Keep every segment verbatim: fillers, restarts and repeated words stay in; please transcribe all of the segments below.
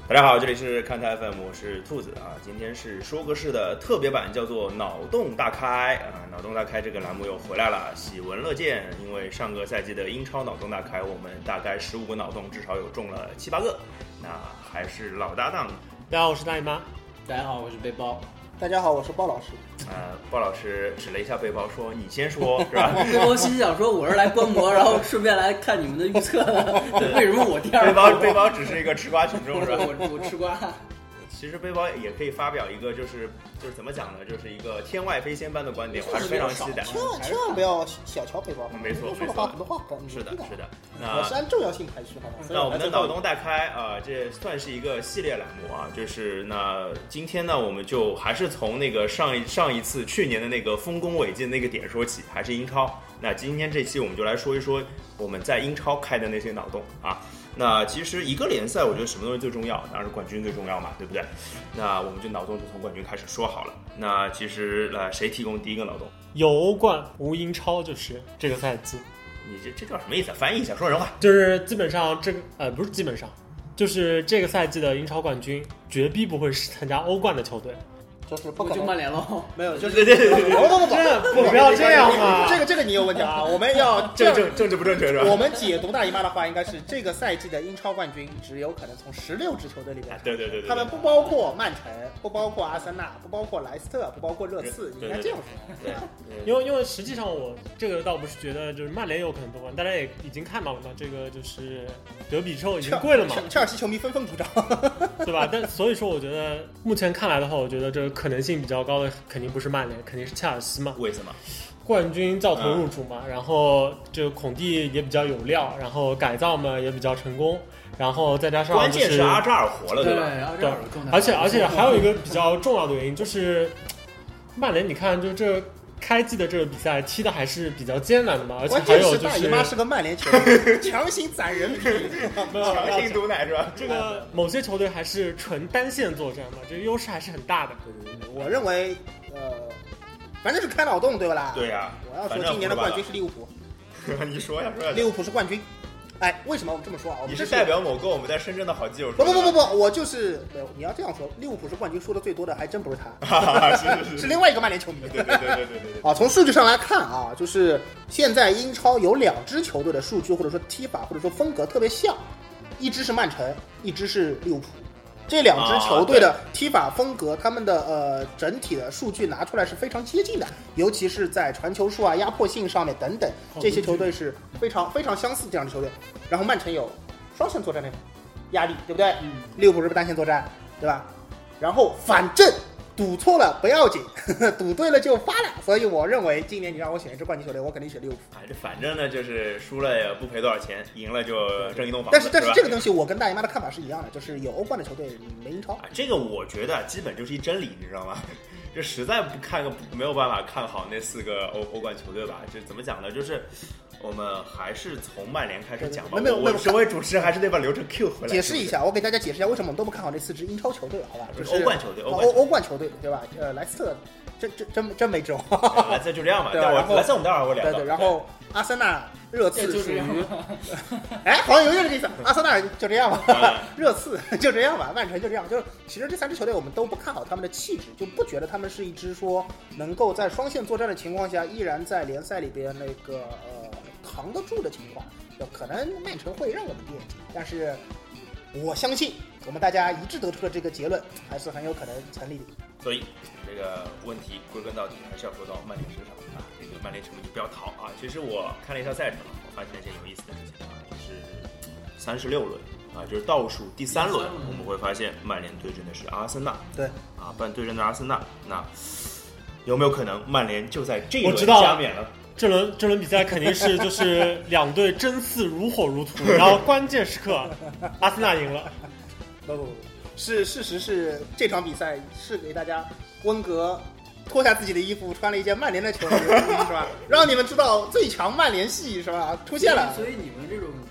大家好，这里是看台 F M， 我是兔子啊。今天是说个事的特别版，叫做脑洞大开啊。脑洞大开这个栏目又回来了，喜闻乐见。因为上个赛季的英超脑洞大开，我们大概十五个脑洞至少有中了七八个，那还是老搭档。 大家好，我是大姨妈。 大家好，我是背包。 大家好，我是鲍老师。 呃，鲍老师指了一下背包说：“你先说，是吧？” 背包心想说：“我是来观摩，然后顺便来看你们的预测的。为什么我第二？” 背包背包只是一个吃瓜群众，是吧？ 我我吃瓜。 其实背包也可以发表一个，就是就是怎么讲呢？就是一个天外飞仙般的观点，我还是非常期待。 千万千万不要小瞧背包， 没错， 说的话很多话很是的，是的。 我是按重要性排序，好吗？ 那我们的脑洞大开啊、呃，这算是一个系列栏目啊。就是那今天呢，我们就还是从那个上一上一次去年的那个丰功伟绩的那个点说起，还是英超。那今天这期我们就来说一说我们在英超开的那些脑洞啊。那其实一个联赛，我觉得什么东西最重要？当然是冠军最重要嘛，对不对？那我们就脑洞就从冠军开始说好了。那其实呃，谁提供第一个脑洞？ 有欧冠无英超，就是这个赛季。 你这这叫什么意思？翻译一下，说人话。 就是基本上这个呃不是基本上，就是这个赛季的英超冠军绝逼不会是参加欧冠的球队。 就是不可能， 就曼联喽， 没有，就是对对对对， 不不不不不要这样嘛， 这个这个你有问题啊，我们要政政政治不正确是吧？ 我们解读大姨妈的话，应该是这个赛季的英超冠军只有可能从十六支球队里面， 对对对对， 他们不包括曼城，不包括阿森纳，不包括莱斯特，不包括热刺，应该这样说。 对， 因为因为实际上我这个倒不是觉得就是曼联有可能夺冠，大家也已经看到了嘛，这个就是德比之后已经贵了嘛， 切尔西球迷纷纷鼓掌， 对吧？但所以说，我觉得目前看来的话，我觉得这个可能性比较高。肯定不是曼联，肯定是切尔西嘛。 为什么？ 冠军教头入主嘛，嗯、然后这个孔蒂也比较有料，然后改造嘛也比较成功，然后再加上、就是、 关键是阿扎尔活了，对吧？ 对， 而且而且还有一个比较重要的原因就是曼联，你看就这开季的这个比赛踢的还是比较艰难的嘛，而且还有就是大姨妈是个曼联球队，强行攒人品， 强行毒奶是吧？ 这个某些球队还是纯单线作战嘛，这个优势还是很大的。 我认为，呃，反正是开脑洞对吧啦？ 对呀、啊。 我要说今年的冠军是利物浦。 你说呀，说呀。 利物浦是冠军。哎，为什么我这么说啊？ 你是代表某个我们在深圳的好基友说？不不不不不，我就是你要这样说，利物浦是冠军，说的最多的还真不是他，是是是， 是另外一个曼联球迷。 对对对对对对对。 啊，从数据上来看啊，就是现在英超有两支球队的数据或者说踢法或者说风格特别像，一支是曼城，一支是利物浦。这两支球队的踢法风格，他们的呃整体的数据拿出来是非常接近的，尤其是在传球数啊、压迫性上面等等，这些球队是非常非常相似这样的球队。然后曼城有双线作战那种压力，对不对？嗯。利物浦是不是单线作战，对吧？然后反正赌错了不要紧，呵呵赌对了就发了。所以我认为今年你让我选一支冠军球队，我肯定选利物浦。 哎，这反正呢就是输了也不赔多少钱，赢了就挣一栋房子。 但是但是这个东西我跟大姨妈的看法是一样的，就是有欧冠的球队没英超。 啊，这个我觉得基本就是一真理，你知道吗？就实在不看个没有办法看好那四个欧欧冠球队吧。就怎么讲呢？就是我们还是从曼联开始讲吧。 没有没有， 我身为主持人还是得把流程 Q 回来。 解释一下，我给大家解释一下为什么我们都不看好这四支英超球队，好吧？就是欧冠球队，欧欧欧冠球队，对吧？呃，莱斯特真真真真没中。 莱斯特就这样吧。对，然后莱斯特我们待会儿会聊到。 对对，然后阿森纳、热刺属于，哎，好像有点这个意思。阿森纳就这样吧，热刺就这样吧，曼城就这样。就是其实这三支球队我们都不看好他们的气质，就不觉得他们是一支说能够在双线作战的情况下，依然在联赛里边那个呃扛得住的情况。就可能曼城会让我们垫底，但是我相信我们大家一致得出的这个结论还是很有可能成立的。 所以这个问题归根到底还是要说到曼联身上啊，这个曼联球迷不要逃啊！其实我看了一下赛程，我发现一件有意思的事情啊，就是三十六轮啊，就是倒数第三轮，我们会发现曼联对阵的是阿森纳， 对啊，曼对阵的阿森纳，那有没有可能曼联就在这一轮加冕了？ 这轮这轮比赛肯定是就是两队争似如火如荼，然后关键时刻阿森纳赢了。 不不不，是事实是这场比赛是给大家温格脱下自己的衣服，穿了一件曼联的球衣，是吧？让你们知道最强曼联系是吧？出现了。 所以你们这种就是预测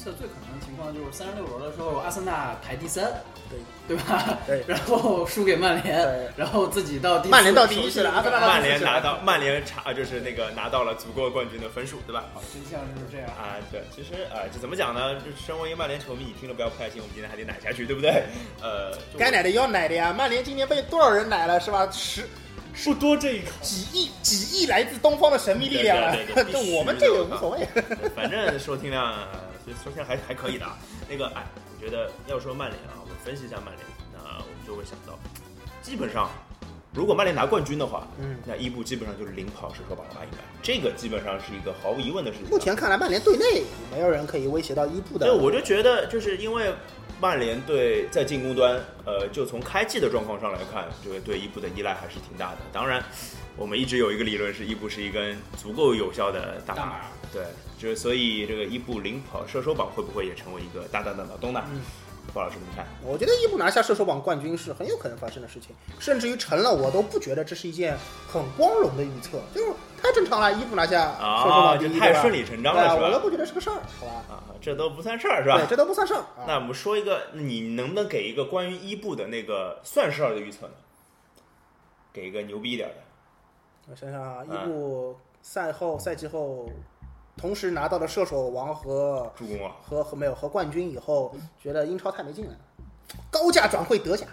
测最可能的情况就是三十六轮的时候，阿森纳排第三， 对对吧？ 对， 然后输给曼联，然后自己到第四， 曼联到第一去了，阿森纳曼联拿到曼联查就是那个拿到了足够冠军的分数，对吧？ 好，真相就是这样啊。对，其实啊，这怎么讲呢？就身为曼联球迷，你听了不要不开心，我们今天还得奶下去，对不对？呃， 该奶的要奶的呀。曼联今年被多少人奶了，是吧？十。 不多这一口， 几亿几亿来自东方的神秘力量啊！就我们这个无所谓， 反正收听量，收听量还还可以的。那个，哎，我觉得要说曼联啊，我们分析一下曼联，那我们就会想到，基本上，如果曼联拿冠军的话，嗯，那伊布基本上就是领跑射手榜了吧？应该，这个基本上是一个毫无疑问的事情。 目前看来，曼联队内没有人可以威胁到伊布的。 对，我就觉得，就是因为。曼联队在进攻端，呃，就从开季的状况上来看，这个对伊布的依赖还是挺大的。当然，我们一直有一个理论是，伊布是一根足够有效的大马。对，就是所以这个伊布领跑射手榜会不会也成为一个大大的脑洞呢？嗯，鲍老师怎么看？ 我觉得伊布拿下射手榜冠军是很有可能发生的事情，甚至于成了，我都不觉得这是一件很光荣的预测，就是太正常了。伊布拿下射手榜第一， 就太顺理成章了，是吧？ 我都不觉得是个事儿，好吧？ 啊，这都不算事儿，是吧？ 对，这都不算事儿。 那我们说一个，你能不能给一个关于伊布的那个算事儿的预测呢？给一个牛逼一点的。 我想想啊，伊布赛后赛季后。同时拿到了射手王和助攻啊， 和和没有和冠军以后，觉得英超太没劲了，高价转会德甲，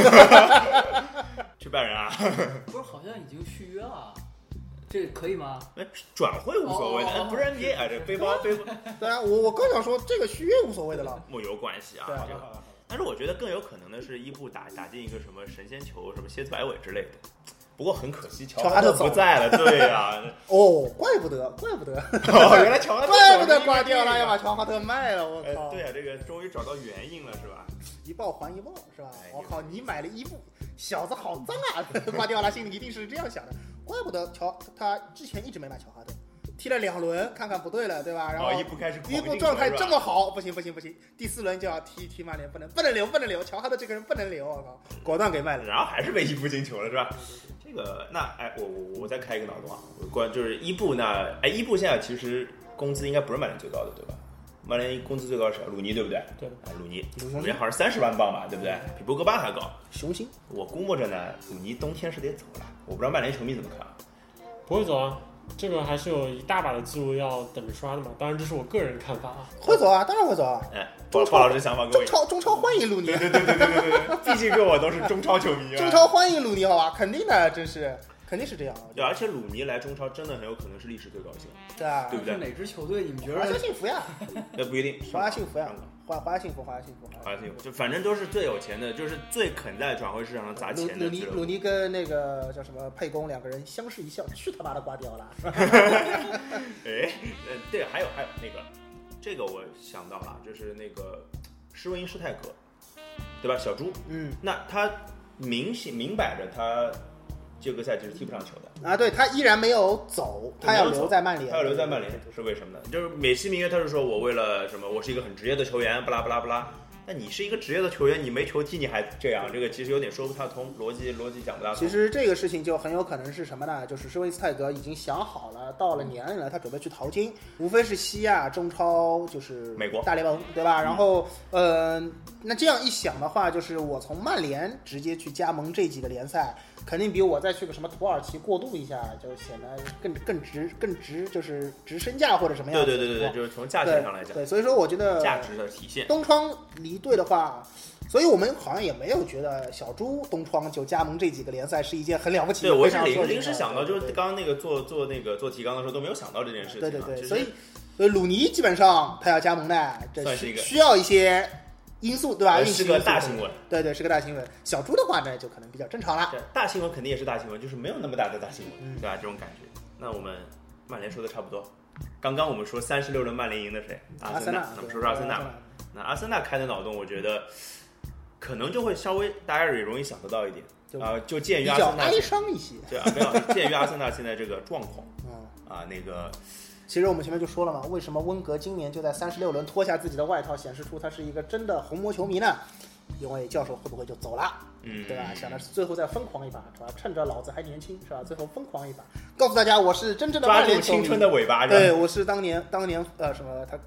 去拜仁啊？ 不是，好像已经续约了，这可以吗？ 哎，转会无所谓的，哦、不是 N B A 啊，这背包背包。 对啊，我我刚想说这个续约无所谓的了， 没有关系啊。 对啊， 但是我觉得更有可能的是伊布打打进一个什么神仙球，什么蝎子摆尾之类的。不过很可惜，乔哈特不在了。对呀、啊， 哦，怪不得，怪不得， 哦，原来乔哈特， 怪不得瓜迪奥拉要把乔哈特卖了，我靠！ 哎、对呀、啊，这个终于找到原因了，是吧？ 一报还一报，是吧？我、哎、靠，你买了伊布，小子好脏啊！瓜迪奥拉心里一定是这样想的，怪不得乔他之前一直没买乔哈特。踢了两轮，看看不对了，对吧？然后伊布开始， 伊布状态这么好，不行不行不行，第四轮就要踢踢曼联，不能不能留不能留，乔哈特这个人不能留，我靠，果断给卖了， 然后还是被伊布进球了，是吧？这个那哎，我我我再开一个脑洞啊，关就是伊布那哎，伊布现在其实工资应该不是曼联最高的，对吧？曼联工资最高是鲁尼，对不对？ 对， 哎，鲁尼，鲁尼好像三十万镑吧，对不对？比博格巴还高， 雄心。 我估摸着呢，鲁尼冬天是得走了，我不知道曼联球迷怎么看。 不会走啊。这个还是有一大把的记录要等着刷的嘛，当然这是我个人看法啊。 会走啊，当然会走啊。 哎，鲍老师想法跟我中超中超欢迎鲁尼， 对对对对对对对，毕竟跟我都是中超球迷啊。 中超欢迎鲁尼，好吧，肯定的，真是肯定是这样。 对，而且鲁尼来中超真的很有可能是历史最高薪， 对啊， 对不对？ 是哪支球队？你们觉得？ 华夏幸福呀， 那不一定， 华夏幸福呀，华华夏幸福，华夏幸福， 华夏幸福，就反正都是最有钱的，就是最肯在转会市场上砸钱的。 鲁尼鲁尼跟那个叫什么佩公两个人相视一笑，去他妈的瓜迪奥拉！ 哎，呃，对，还有还有那个，这个我想到了，就是那个施维因施泰格，对吧？小猪， 嗯， 那他明显明摆着他这个赛季是踢不上球的啊，对他依然没有走，他要留在曼联， 他要留在曼联是为什么呢？就是美其名曰他是说我为了什么，我是一个很职业的球员，不拉不拉不拉。那你是一个职业的球员，你没球踢你还这样，这个其实有点说不太通，逻辑逻辑讲不大通。 其实这个事情就很有可能是什么呢？就是施维斯泰格已经想好了，到了年龄了，他准备去淘金，无非是西亚、中超，就是美国大联盟，对吧？然后，呃，那这样一想的话，就是我从曼联直接去加盟这几个联赛，肯定比我再去个什么土耳其过渡一下，就显得更更值更值，就是值身价或者什么样。 对对对对对，就是从价钱上来讲。 对，所以说我觉得价值的体现。 东窗离队的话，所以我们好像也没有觉得小猪东窗就加盟这几个联赛是一件很了不起的。 对，我是临临时想到，就是刚刚那个做做那个做提纲的时候都没有想到这件事情。 对对对，所以呃，鲁尼基本上他要加盟的，这算是一个需要一些因素，对吧？ 是个大新闻。 对对，是个大新闻。小猪的话呢，就可能比较正常了。 对，大新闻肯定也是大新闻，就是没有那么大的大新闻，嗯、对吧？这种感觉。那我们曼联说的差不多。刚刚我们说三十六轮曼联赢的谁？阿森纳。那我们说说阿森纳。那阿森纳开的脑洞，我觉得可能就会稍微大家也容易想得到一点啊、呃，就鉴于阿森纳哀伤一些， 对啊，没有鉴于阿森纳现在这个状况，嗯啊那个， 其实我们前面就说了嘛，为什么温格今年就在三十六轮脱下自己的外套，显示出他是一个真的红魔球迷呢？因为教授会不会就走了，嗯，对吧？想的是最后再疯狂一把，是吧？趁着老子还年轻，是吧？最后疯狂一把，告诉大家我是真正的曼联球迷， 抓住青春的尾巴， 对，我是当年当年呃什么他。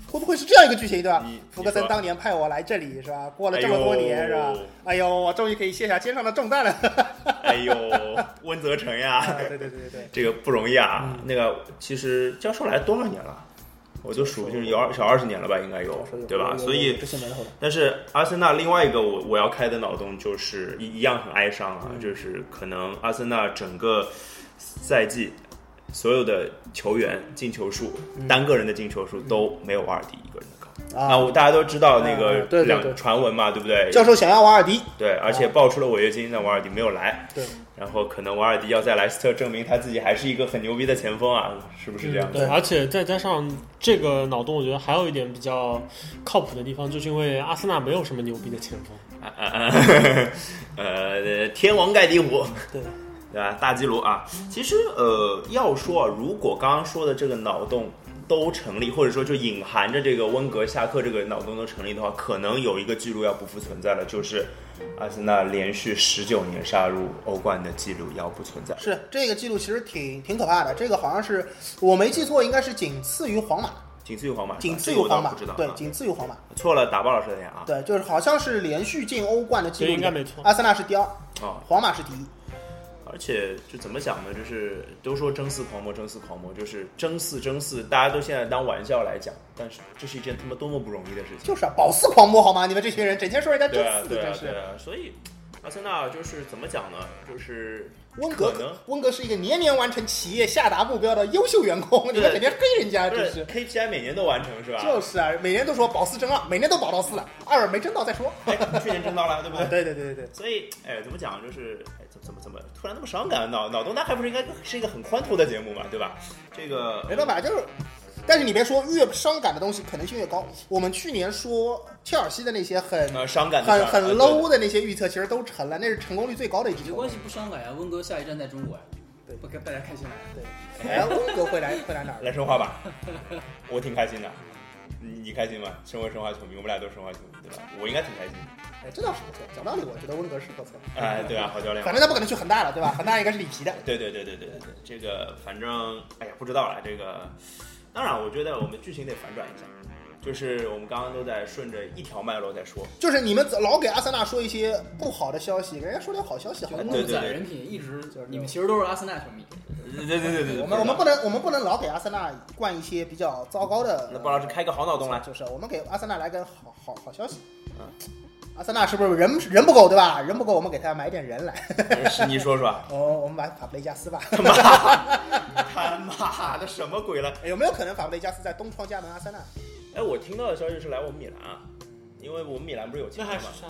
会不会是这样一个剧情，对吧你？ 福格森当年派我来这里，是吧？过了这么多年， 哎、 是吧？哎呦，我终于可以卸下肩上的重担了。 哎呦，温泽成呀， 啊、对对对对对， 这个不容易啊。 嗯、 那个其实教授来多少年了？我就数就是有二小二十年了吧，应该有，对吧？所以，但是阿森纳另外一个我我要开的脑洞就是一一样很哀伤啊，嗯、就是可能阿森纳整个赛季所有的球员进球数，嗯、单个人的进球数都没有瓦尔迪一个人的高。啊，那我大家都知道那个两传闻嘛，对不对？ 教授想要瓦尔迪， 对，而且爆出了违约金，但瓦尔迪没有来。 对。 然后可能瓦尔迪要在莱斯特证明他自己还是一个很牛逼的前锋啊，是不是这样、 嗯？对，而且再加上这个脑洞，我觉得还有一点比较靠谱的地方，就是因为阿森纳没有什么牛逼的前锋。 啊啊呃，天王盖地虎， 对对吧？大基鲁啊，其实呃，要说啊，如果刚刚说的这个脑洞都成立，或者说就隐含着这个温格下课这个脑洞都成立的话，可能有一个记录要不复存在了，就是阿森纳连续十九年杀入欧冠的记录要不存在。 是这个记录其实挺挺可怕的，这个好像是我没记错，应该是仅次于皇马， 仅次于皇马， 仅次于皇马， 不知道对，仅次于皇马。 错了，打包老师的脸啊。 对，就是好像是连续进欧冠的记录， 应该没错。 阿森纳是第二， 哦， 皇马是第一。 而且就怎么讲呢？就是都说争四狂魔，争四狂魔，就是争四争四，大家都现在当玩笑来讲，但是这是一件他妈多么不容易的事情。 就是啊，保四狂魔好吗？你们这群人整天说人家争四， 对啊， 真是。 对啊，所以阿森纳就是怎么讲呢？就是温格，温格是一个年年完成企业下达目标的优秀员工，你们整天黑人家，真是。 K P I 每年都完成是吧？ 就是啊，每年都说保四争二，每年都保到四了，二没争到再说。 哎，去年争到了，对不对？ 对对对对对。 所以，哎，怎么讲？就是哎，怎么怎么怎么突然那么伤感？脑脑洞大开不是应该是一个很宽拓的节目嘛，对吧？这个没办法，就是。但是你别说，越伤感的东西可能性越高。我们去年说切尔西的那些很、 呃、伤感的、 很很 low 的那些预测，其实都成了，那是成功率最高的一支球队。 没关系，不伤感呀。温格下一站在中国呀， 对， 不跟大家开心了。 对，哎，温格会来会来哪儿？ 来申花吧，我挺开心的。你你开心吗？身为申花球迷，我们俩都是申花球迷，对吧？我应该挺开心的。 哎，这倒是不错。讲道理，我觉得温格是不错。 哎，对啊，好教练。 反正他不可能去恒大了，对吧？恒大应该是里皮的。 对对对对对对对，这个反正哎呀，不知道了。这个当然，我觉得我们剧情得反转一下。就是我们刚刚都在顺着一条脉络在说， 就是你们老给阿森纳说一些不好的消息，给人家说点好消息，好木载人品一直就是你们其实都是阿森纳球迷。 对对对对对， 我们我们不能我们不能老给阿森纳灌一些比较糟糕的。 那包老师开个好脑洞来， 就是我们给阿森纳来个好好好消息。嗯，阿森纳是不是人人不够对吧？人不够，我们给他买点人来。 是你说说。 哦，我们买法布雷加斯吧。 他妈，他妈的什么鬼了？ 有没有可能法布雷加斯在东窗加盟阿森纳？ 哎，我听到的消息是来我们米兰啊，因为我们米兰不是有钱吗？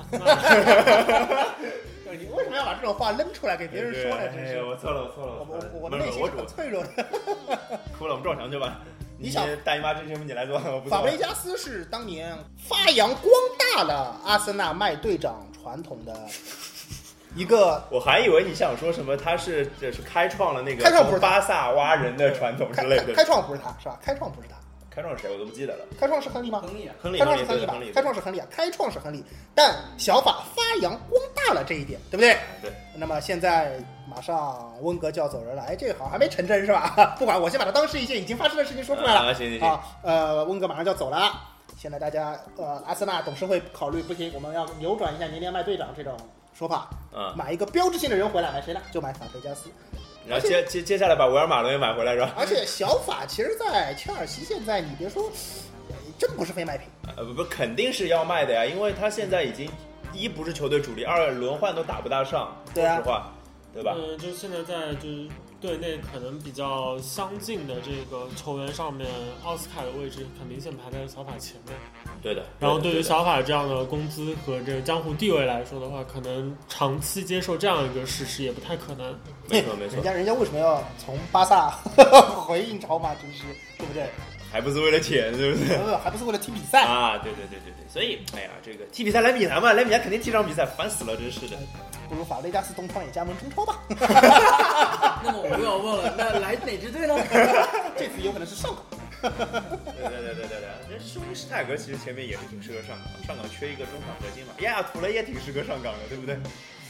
你为什么要把这种话扔出来给别人说呢？真是， 我错了，我错了， 我我我的内心很脆弱的。 哭了，我们撞墙去吧。 你想大姨妈这节目你来做， 法布雷加斯是当年发扬光大了阿森纳卖队长传统的一个。 我还以为你想说什么，他是就是开创了那个开创不是巴萨挖人的传统之类的。 开创不是他是吧？开创不是他。 开创是谁我都不记得了。 开创是亨利吗？ 亨利啊， 亨利， 开创是亨利吧？开创是亨利啊，开创是亨利。但小法发扬光大了这一点，对不对？ 对。 那么现在马上温格就要走人了，哎，这个好像还没成真是吧？不管，我先把它当是一件已经发生的事情说出来了。 啊，行行行。 啊，呃，温格马上就要走了。现在大家呃，阿森纳董事会考虑不行，我们要扭转一下年年卖队长这种说法。 嗯。 买一个标志性的人回来，买谁呢？就买法佩加斯。 然后接接接下来把维尔马伦也买回来是吧？ 而且小法其实，在切尔西现在你别说，真不是非卖品。 呃不不，肯定是要卖的呀，因为他现在已经一不是球队主力，二轮换都打不大上， 对啊， 说实话，对吧？ 嗯，就现在在就是队内可能比较相近的这个球员上面，奥斯卡的位置很明显排在小法前面。 对的。 然后对于小法这样的工资和这个江湖地位来说的话，可能长期接受这样一个事实也不太可能。 没错没错。 人家人家为什么要从巴萨回英超嘛？真是对不对？ 还不是为了钱，对不对？ 还不是为了踢比赛啊！对对对对对，所以哎呀，这个踢比赛来米兰嘛，来米兰肯定踢场比赛，烦死了，真是的。 不如法雷加斯东窗也加盟中超吧。 那么我又要问了，那来哪支队呢？ 这次有可能是上港。 对对对对对对，这说明施泰格其实前面也是挺适合上港，上港缺一个中场核心嘛。亚亚图雷也挺适合上港的，对不对？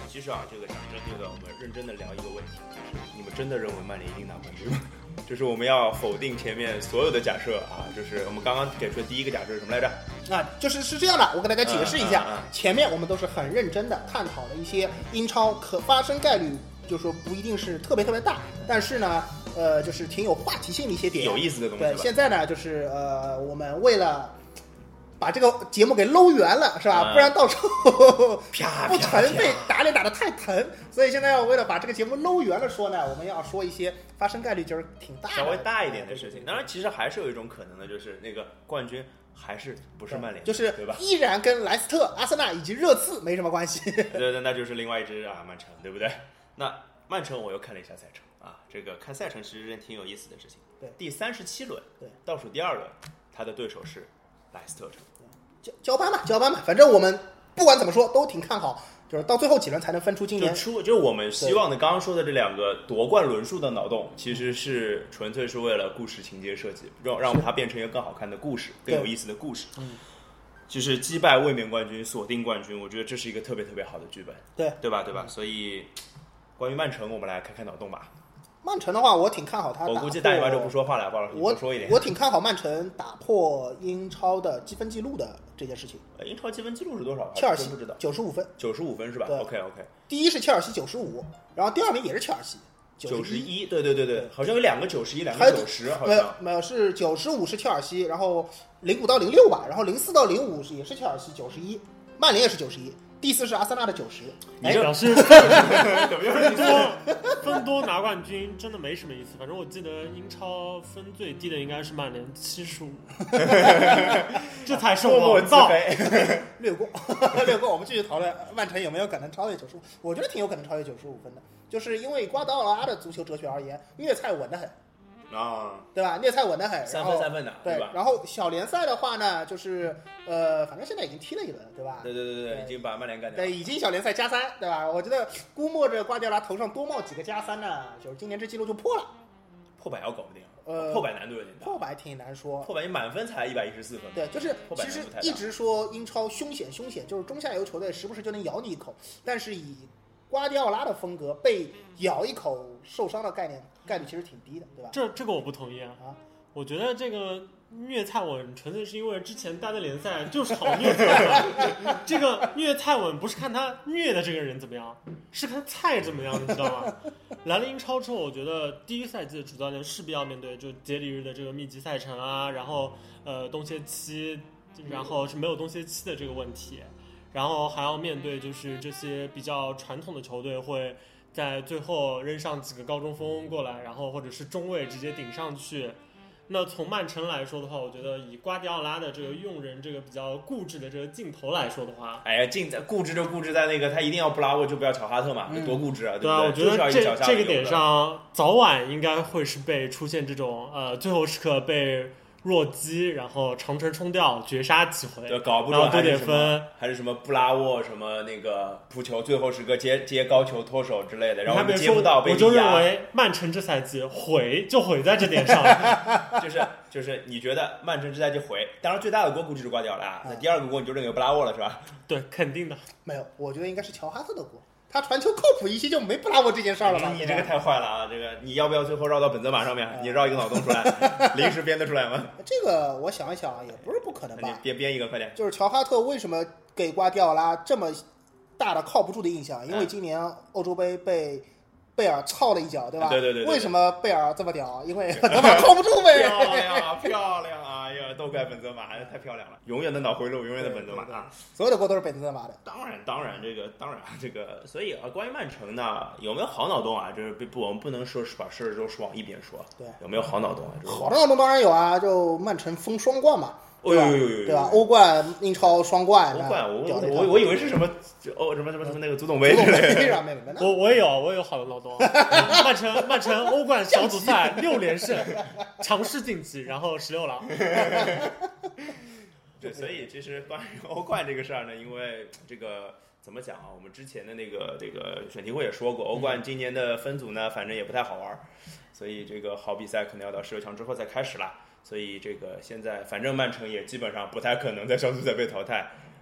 其实啊，这个讲真这个，我们认真的聊一个问题，就是你们真的认为曼联一定拿冠军吗？就是我们要否定前面所有的假设啊，就是我们刚刚给出的第一个假设是什么来着？ 啊，就是是这样的，我给大家解释一下， 嗯嗯嗯、 前面我们都是很认真的探讨了一些英超可发生概率，就是说不一定是特别特别大，但是呢，呃，就是挺有话题性的一些点， 有意思的东西。 对，现在呢，就是呃，我们为了把这个节目给搂圆了，是吧？ 嗯、 不然到时候啪不疼被打脸打得太疼，所以现在要为了把这个节目搂圆了说呢，我们要说一些发生概率就是挺大的、 稍微大一点的事情。当然，其实还是有一种可能的，就是那个冠军还是不是曼联， 就是对吧？ 依然跟莱斯特、阿森纳以及热刺没什么关系。 对对，那就是另外一支啊，曼城，对不对？那曼城我又看了一下赛程啊，这个看赛程其实是件挺有意思的事情。 对， 第三十七轮， 对， 倒数第二轮，他的对手是莱斯特城。 交交班吧，交班吧，反正我们不管怎么说都挺看好，就是到最后几轮才能分出今年。 就出，就是我们希望的，刚刚说的这两个夺冠轮数的脑洞，其实是纯粹是为了故事情节设计，让让它变成一个更好看的故事，更有意思的故事。 嗯， 就是击败卫冕冠军，锁定冠军，我觉得这是一个特别特别好的剧本。 对， 对吧？对吧？所以，关于曼城，我们来开开脑洞吧。 曼城的话，我挺看好他。 我估计大姨妈就不说话了，包老师你多说一点。 我我挺看好曼城打破英超的积分记录的这件事情。 英超积分记录是多少？ 切尔西不知道， 九十五分， 九十五分是吧 ？OK OK。 第一是切尔西九十五，然后第二名也是切尔西九十一，对对对对，好像有两个九十一，两个九十，好像没有没有是九十五是切尔西，然后零五到零六吧，然后零四到零五也是切尔西九十一，曼联也是九十一。第四是阿森纳的九十， 你表示分多分多拿冠军真的没什么意思。反正我记得英超分最低的应该是曼联七十五，这才是王道。 略过略过，我们继续讨论曼城有没有可能超越九十五？我觉得挺有可能超越九十五分的，就是因为瓜迪奥拉的足球哲学而言，虐菜稳得很。 啊， 对吧？虐菜稳得很， 三分三分的， 对吧？ 然后小联赛的话呢，就是呃，反正现在已经踢了一轮，对吧？ 对对对对，已经把曼联干掉了。 对，已经小联赛加三，对吧？我觉得估摸着瓜迪奥拉头上多冒几个加三呢，就是今年这记录就破了。 破百要搞不定， 呃， 破百难度有点大。 破百挺难说， 破百你满分才一百一十四分。 对，就是其实一直说英超凶险凶险，就是中下游球队时不时就能咬你一口，但是以瓜迪奥拉的风格，被咬一口受伤的概念概率其实挺低的，对吧？ 这这个我不同意啊！啊我觉得这个虐菜稳纯粹是因为之前待的联赛就是好虐菜稳。这个虐菜稳不是看他虐的这个人怎么样，是看菜怎么样，你知道吗？来了英超之后，我觉得第一赛季的主教练势必要面对就节礼日的这个密集赛程啊，然后呃冬歇期，然后是没有冬歇期的这个问题。然后还要面对就是这些比较传统的球队会在最后扔上几个高中锋过来，然后或者是中卫直接顶上去。那从曼城来说的话，我觉得以瓜迪奥拉的这个用人这个比较固执的这个劲头来说的话， 哎呀，劲在固执就固执在那个他一定要布拉沃就不要乔哈特嘛，嗯、多固执啊！ 对啊，我觉得这这个点上早晚应该会是被出现这种呃最后时刻被弱击，然后长传冲吊绝杀几回， 对，搞不准多点分， 还是什么布拉沃什么那个扑球，最后时刻接接高球脱手之类的，然后我们接不到被我就认为曼城这赛季毁就毁在这点上， 就是就是你觉得曼城这赛季毁，当然最大的锅估计是瓜迪奥拉，那第二个锅你就认为布拉沃了是吧？ 对，肯定的。 没有，我觉得应该是乔哈特的锅。他传球靠谱一些，就没布拉沃这件事儿了吧？ 你这个太坏了啊！这个你要不要最后绕到本泽马上面？你绕一个脑洞出来，临时编得出来吗？ 这个我想一想，也不是不可能吧？ 你编编一个，快点。 就是乔哈特为什么给瓜迪奥拉这么大的靠不住的印象？因为今年欧洲杯被贝尔操了一脚，对吧？ 对对 对, 对, 对。 为什么贝尔这么屌？因为本泽马靠不住呗。 漂亮啊，漂亮啊！哎呀，都怪本泽马，太漂亮了，永远的脑回路，永远的本泽马啊！ 所有的锅都是本泽马的。 当然，当然，这个当然，这个，所以啊，关于曼城呢，有没有好脑洞啊？就是不，我们不能说是把事儿都是往一边说。 对， 有没有好脑洞啊？ 好的脑洞当然有啊，就曼城封双冠嘛。 对吧？ 对吧？欧冠、英超双冠。 欧冠，我我我以为是什么哦什么什么什么那个足总杯之类的。 我我也有，我也有好的脑洞。曼城曼城欧冠小组赛六连胜，尝试晋级，然后十六郎。 对，所以其实关于欧冠这个事儿呢，因为这个怎么讲啊？我们之前的那个这个选题会也说过，欧冠今年的分组呢，反正也不太好玩，所以这个好比赛可能要到十六强之后再开始了。所以这个现在反正曼城也基本上不太可能在小组赛被淘汰，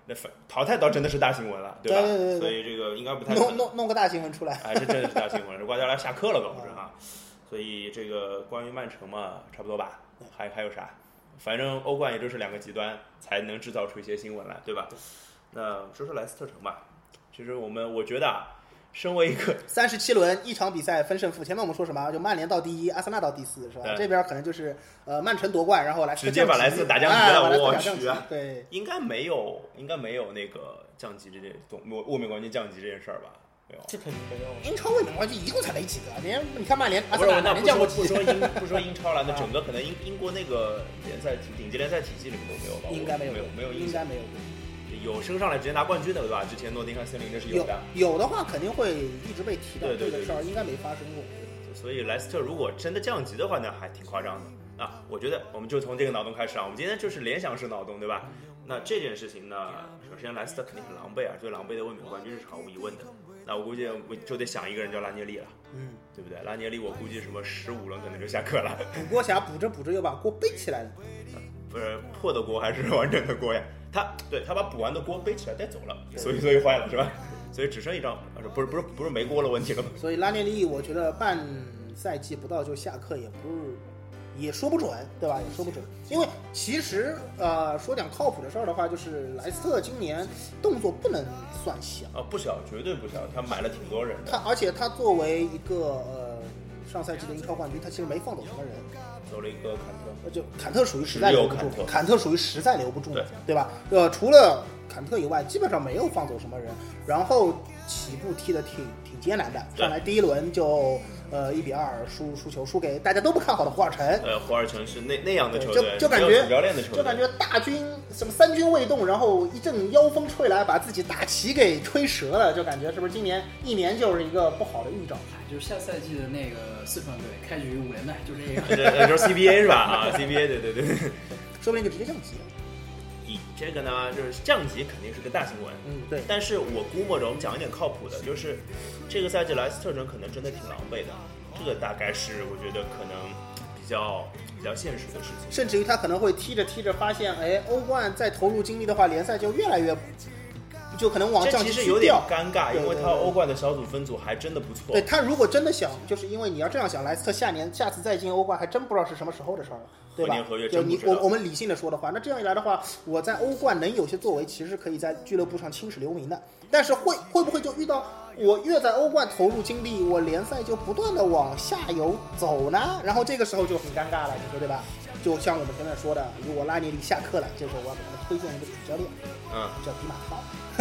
那淘汰倒真的是大新闻了，对吧？ 对对对对， 所以这个应该不太弄弄弄个大新闻出来， 哎，这真的是大新闻，这瓜迪奥拉下课了，搞不是啊？所以这个关于曼城嘛，差不多吧。还还有啥？反正欧冠也就是两个极端才能制造出一些新闻来，对吧？那说说莱斯特城吧。其实我们我觉得啊，身为一个三十七轮一场比赛分胜负，前面我们说什么？就曼联到第一，阿森纳到第四，是吧？这边可能就是呃曼城夺冠，然后莱斯特直接把莱斯特打降级了， 哎、我去啊！对， 应该没有，应该没有那个降级这件总卫冕冠军降级这件事儿吧？没有， 这肯定没有。 英超卫冕冠军一共才没几个，你你看曼联、阿不是， 森纳， 那不说不说英不说英超了，那整个可能英英国那个联赛体顶级联赛体系里面都没有吧？ 应该没有， 没有没有， 应该没有。 有升上来直接拿冠军的对吧？之前诺丁汉森林这是有的， 有有的话肯定会一直被提到， 对对对这个事儿应该没发生过。 所以莱斯特如果真的降级的话，那还挺夸张的啊！我觉得我们就从这个脑洞开始啊，我们今天就是联想式脑洞，对吧？那这件事情呢，首先莱斯特肯定很狼狈啊，最狼狈的卫冕冠军是毫无疑问的。那我估计我就得想一个人叫拉涅利了， 嗯， 对不对？拉涅利我估计什么十五轮可能就下课了。 补锅侠补着补着又把锅背起来了， 不是破的锅还是完整的锅呀？他对他把补完的锅背起来带走了，所以所以坏了是吧？所以只剩一张，不是不是不是没锅的问题了。 所以拉涅利我觉得半赛季不到就下课也不是。也说不准，对吧？也说不准，因为其实呃，说讲靠谱的事儿的话，就是莱斯特今年动作不能算小啊，不小，绝对不小。他买了挺多人的。 他而且他作为一个呃上赛季的英超冠军，他其实没放走什么人， 走了一个坎特， 就坎特属于实在留不住， 坎特, 坎特属于实在留不住， 对对吧？呃，除了坎特以外，基本上没有放走什么人，然后起步踢得挺挺艰难的，上来第一轮就。呃，一比二输输球，输给大家都不看好的胡尔城。 呃，胡尔城是那那样的球队， 就就感觉主教练的球队， 就感觉大军什么三军未动，然后一阵妖风吹来，把自己大旗给吹折了，就感觉是不是今年一年就是一个不好的预兆？ 就是下赛季的那个四川队开局五连败，就这样。 这就是 C B A 是吧？啊 ，C B A 对对对， 说不定就直接降级了。 以这个呢，就是降级肯定是个大新闻， 嗯，对。 但是我估摸着，我们讲一点靠谱的，就是这个赛季莱斯特城可能真的挺狼狈的，这个大概是我觉得可能比较比较现实的事情。 甚至于他可能会踢着踢着发现，哎，欧冠再投入精力的话，联赛就越来越。就可能往降级这其实有点尴尬， 对对对， 因为他欧冠的小组分组还真的不错。 对，他如果真的想，就是因为你要这样想，莱斯特下年下次再进欧冠，还真不知道是什么时候的事儿了，对吧？ 合约就你我我们理性的说的话，那这样一来的话，我在欧冠能有些作为，其实是可以在俱乐部上青史留名的。但是会会不会就遇到我越在欧冠投入精力，我联赛就不断的往下游走呢？然后这个时候就很尴尬了，你说对吧？就像我们刚才说的，如果拉涅利下课了，这时候我要给他们推荐一个主教练， 嗯， 叫迪马涛。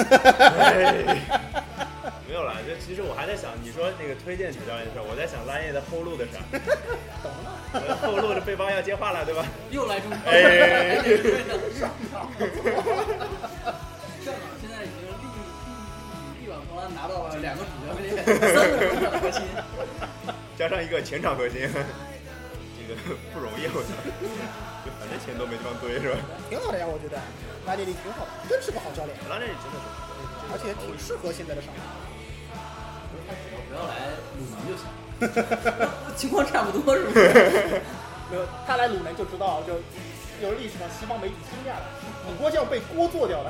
没有了，这其实我还在想，你说那个推荐主教练的事儿，我在想拉涅的后路的事儿。 懂了， 后路的背包要接话了，对吧？ 又来中超， 哎， 上场，上场现在已经力力力挽狂澜，拿到了两个主教练，三个中场核心， 加上一个前场核心，这个不容易，我操！反正钱都没地方堆，是吧？ 挺好的呀，我觉得拉涅利挺好的，真是个好教练。 拉涅利真的是， 而且挺适合现在的上海。 不要来鲁能就行，情况差不多是不是？ 没有，他来鲁能就知道，就有历史上西方媒体惊讶了，补锅匠被锅做掉了。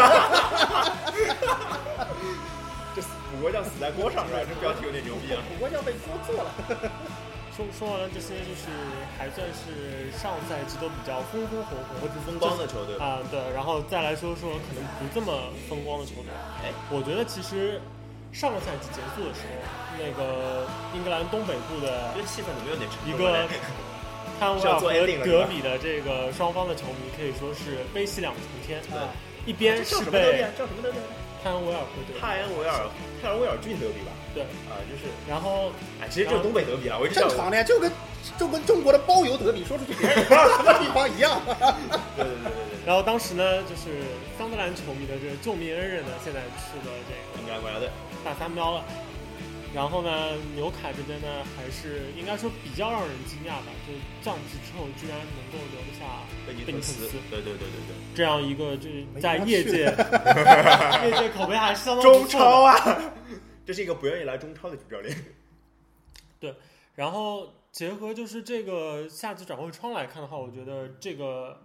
这补锅匠死在锅上是吧？这标题有点牛逼啊！ 补锅匠被锅做了。 说说完了这些，就是还算是上赛季都比较风风火火或者风光的球队啊、嗯，对，然后再来说说可能不这么风光的球队。 哎， 我觉得其实上个赛季结束的时候，那个英格兰东北部的这气氛怎么有点沉一个汉维尔和德比的这个双方的球迷可以说是悲喜两重天。 对， 一边是被叫什么德比？ 泰恩维尔会队， 泰恩维尔，泰恩维尔郡德比吧？ 对啊，就是， 然后哎，其实就是东北德比啊，我一直正常的呀，就跟就跟中国的包邮德比说出去别人什么地方一样。 对对对对对。 然后当时呢，就是桑德兰球迷的这个救命恩人呢，现在去了这个英格兰国家队大三标了。然后呢，纽卡这边呢，还是应该说比较让人惊讶吧，就降级之后居然能够留下贝尼特斯， 对对对对对， 这样一个就是在业界业界口碑还是相当中超啊，这是一个不愿意来中超的主教练。 对，然后结合就是这个夏季转会窗来看的话，我觉得这个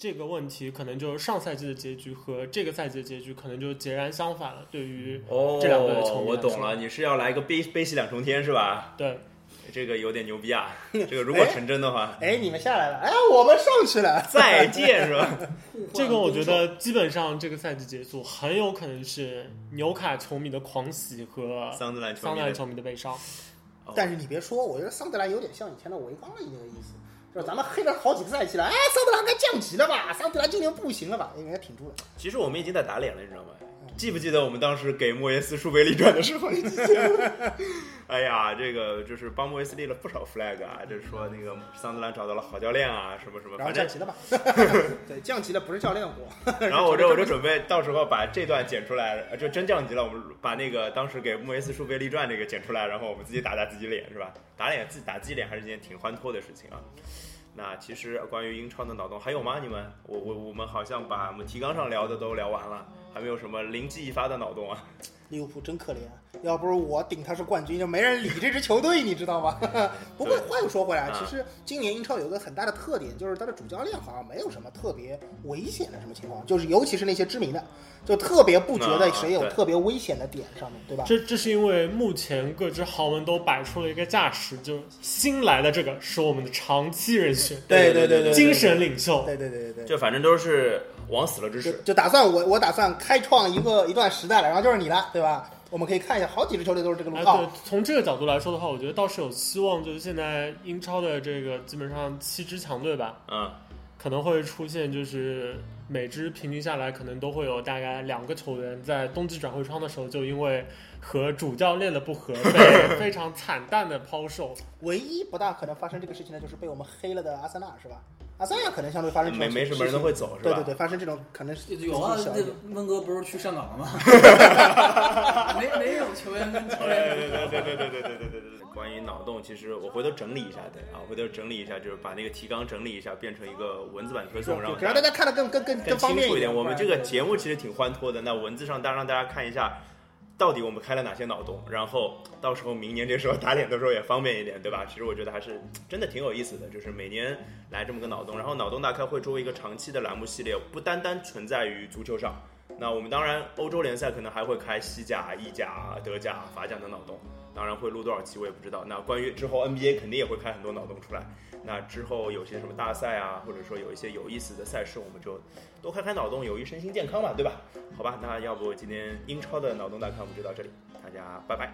这个问题可能就上赛季的结局和这个赛季的结局可能就截然相反了。对于这两队的球迷来说， 我懂了，你是要来一个悲悲喜两重天是吧？ 对， 这个有点牛逼啊！这个如果成真的话， 哎，你们下来了，哎，我们上去了， 再见是吧？ 这个我觉得基本上这个赛季结束很有可能是纽卡球迷的狂喜和桑德兰桑德兰球迷的悲伤。 但是你别说，我觉得桑德兰有点像以前的维冈的那个意思，就是咱们黑了好几个赛季了，哎，桑德兰该降级了吧？桑德兰今年不行了吧？应该挺住了。 其实我们已经在打脸了，你知道吗？记不记得我们当时给莫耶斯树碑立传的时候？你记得？哎呀，这个就是帮莫耶斯立了不少 flag 啊，就是说那个桑德兰找到了好教练啊，什么什么， 然后降级了吧？对，降级了不是教练活。 然后我这我就准备到时候把这段剪出来，就真降级了，我们把那个当时给莫耶斯树碑立传这个剪出来，然后我们自己打打自己脸，是吧？打脸自己打自己脸还是一件挺欢脱的事情啊。那其实关于英超的脑洞还有吗？你们，我我我们好像把我们提纲上聊的都聊完了，还没有什么灵机一发的脑洞啊。 利物浦真可怜，要不是我顶他是冠军，就没人理这支球队，你知道吗？不过话又说回来，其实今年英超有一个很大的特点，就是他的主教练好像没有什么特别危险的什么情况，就是尤其是那些知名的，就特别不觉得谁有特别危险的点上面，对吧？ 这这是因为目前各支豪门都摆出了一个架势，就新来的这个是我们的长期人选， 对对对对， 精神领袖， 对对对对对， 这反正都是往死了之势， 就打算我我打算开创一个一段时代了，然后就是你了，对吧？我们可以看一下，好几支球队都是这个路号。 哎、对，从这个角度来说的话，我觉得倒是有希望，就是现在英超的这个基本上七支强队吧， 嗯， 可能会出现就是每支平均下来可能都会有大概两个球员在冬季转会窗的时候就因为和主教练的不合被非常惨淡的抛售。 唯一不大可能发生这个事情的就是被我们黑了的阿森纳，是吧？阿森纳可能相对发生这种没没什么人都会走，是吧？ 对对对，发生这种可能是有啊，这温格不是去上岗了吗？没没有球员跟教练。 对对对对对对对对对对。关于脑洞，其实我回头整理一下，对啊，回头整理一下，就是把那个提纲整理一下，变成一个文字版推送，让让大家看得更更更更方便一点。我们这个节目其实挺欢脱的，那文字上当然让大家看一下。到底我们开了哪些脑洞，然后到时候明年这时候打脸的时候也方便一点，对吧？其实我觉得还是真的挺有意思的，就是每年来这么个脑洞，然后脑洞大开会作为一个长期的栏目系列，不单单存在于足球上。那我们当然欧洲联赛可能还会开西甲、意甲、德甲、法甲的脑洞，当然会录多少期我也不知道。那关于之后 N B A 肯定也会开很多脑洞出来。那之后有些什么大赛啊，或者说有一些有意思的赛事，我们就多开开脑洞，有益身心健康嘛，对吧？好吧，那要不今天英超的脑洞大开我们就到这里，大家拜拜。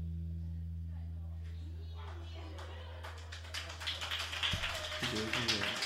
这个